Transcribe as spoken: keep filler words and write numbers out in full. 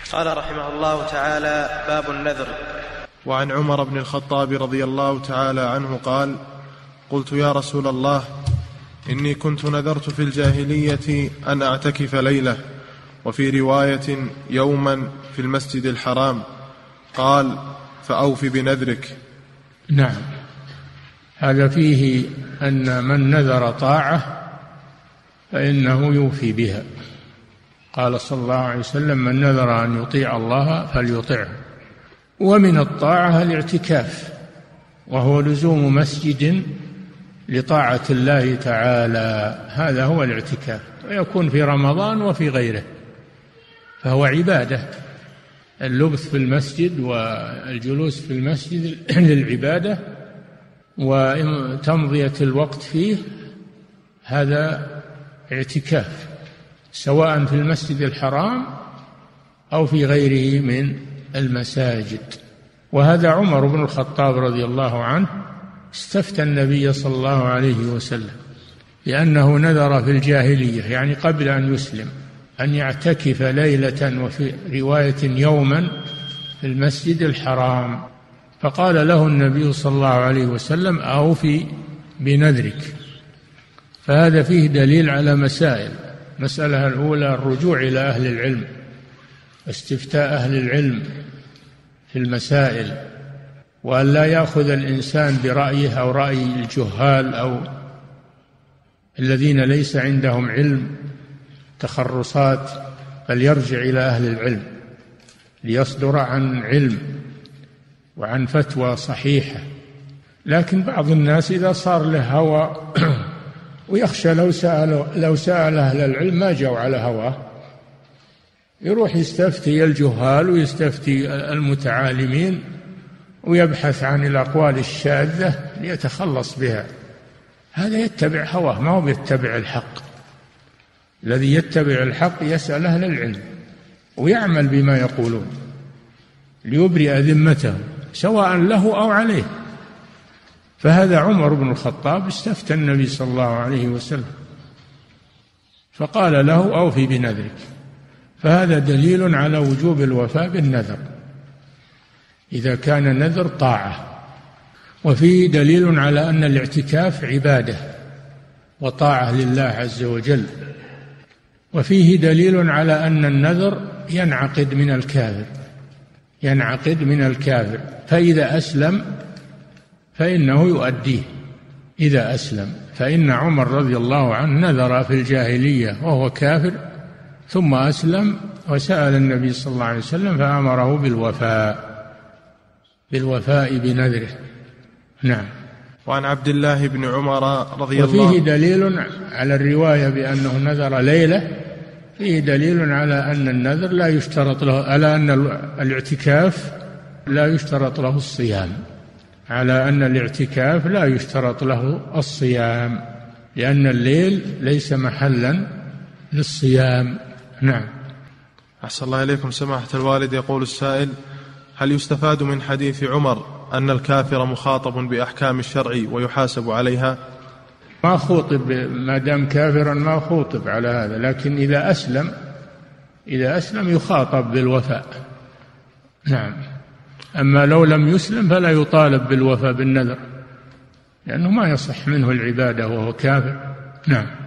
قال رحمه الله تعالى: باب النذر. وعن عمر بن الخطاب رضي الله تعالى عنه قال: قلت يا رسول الله، إني كنت نذرت في الجاهلية أن أعتكف ليلة، وفي رواية يوما في المسجد الحرام. قال: فأوف بنذرك. نعم، هذا فيه أن من نذر طاعة فإنه يوفي بها. قال صلى الله عليه وسلم: من نذر أن يطيع الله فليطعه. ومن الطاعة الاعتكاف، وهو لزوم مسجد لطاعة الله تعالى، هذا هو الاعتكاف، ويكون في رمضان وفي غيره، فهو عبادة. اللبث في المسجد والجلوس في المسجد للعبادة وتمضية الوقت فيه، هذا اعتكاف، سواء في المسجد الحرام أو في غيره من المساجد. وهذا عمر بن الخطاب رضي الله عنه استفتى النبي صلى الله عليه وسلم لأنه نذر في الجاهلية، يعني قبل أن يسلم، أن يعتكف ليلة، وفي رواية يوما في المسجد الحرام. فقال له النبي صلى الله عليه وسلم: أوفي بنذرك. فهذا فيه دليل على مسائل. مسألة الأولى الرجوع إلى أهل العلم، استفتاء أهل العلم في المسائل، وأن لا يأخذ الإنسان برأيه أو رأي الجهال أو الذين ليس عندهم علم، تخرصات، بل يرجع إلى أهل العلم ليصدر عن علم وعن فتوى صحيحة. لكن بعض الناس إذا صار له هوى ويخشى لو سأل لو سأل أهل العلم ما جاءوا على هواه، يروح يستفتي الجهال ويستفتي المتعالمين ويبحث عن الأقوال الشاذة ليتخلص بها. هذا يتبع هواه، ما هو يتبع الحق. الذي يتبع الحق يسأل أهل العلم ويعمل بما يقولون ليبرئ ذمته سواء له أو عليه. فهذا عمر بن الخطاب استفتى النبي صلى الله عليه وسلم فقال له: أوفي بنذرك. فهذا دليل على وجوب الوفاء بالنذر إذا كان النذر طاعة. وفيه دليل على أن الاعتكاف عبادة وطاعة لله عز وجل. وفيه دليل على أن النذر ينعقد من الكافر، ينعقد من الكافر، فإذا أسلم فإنه يؤديه. إذا أسلم، فإن عمر رضي الله عنه نذر في الجاهلية وهو كافر، ثم أسلم وسأل النبي صلى الله عليه وسلم فأمره بالوفاء بالوفاء بنذره. نعم. وعن عبد الله بن عمر رضي الله وفيه دليل على الرواية بأنه نذر ليلة، فيه دليل على أن النذر لا يشترط له، على أن الاعتكاف لا يشترط له الصيام، على أن الاعتكاف لا يشترط له الصيام، لأن الليل ليس محلا للصيام. نعم. أحسن الله إليكم سماحة الوالد. يقول السائل: هل يستفاد من حديث عمر أن الكافر مخاطب بأحكام الشرع ويحاسب عليها؟ ما خوطب، ما دام كافرا ما خوطب على هذا، لكن إذا أسلم إذا أسلم يخاطب بالوفاء. نعم. أما لو لم يسلم فلا يطالب بالوفاء بالنذر، لأنه ما يصح منه العبادة وهو كافر. نعم.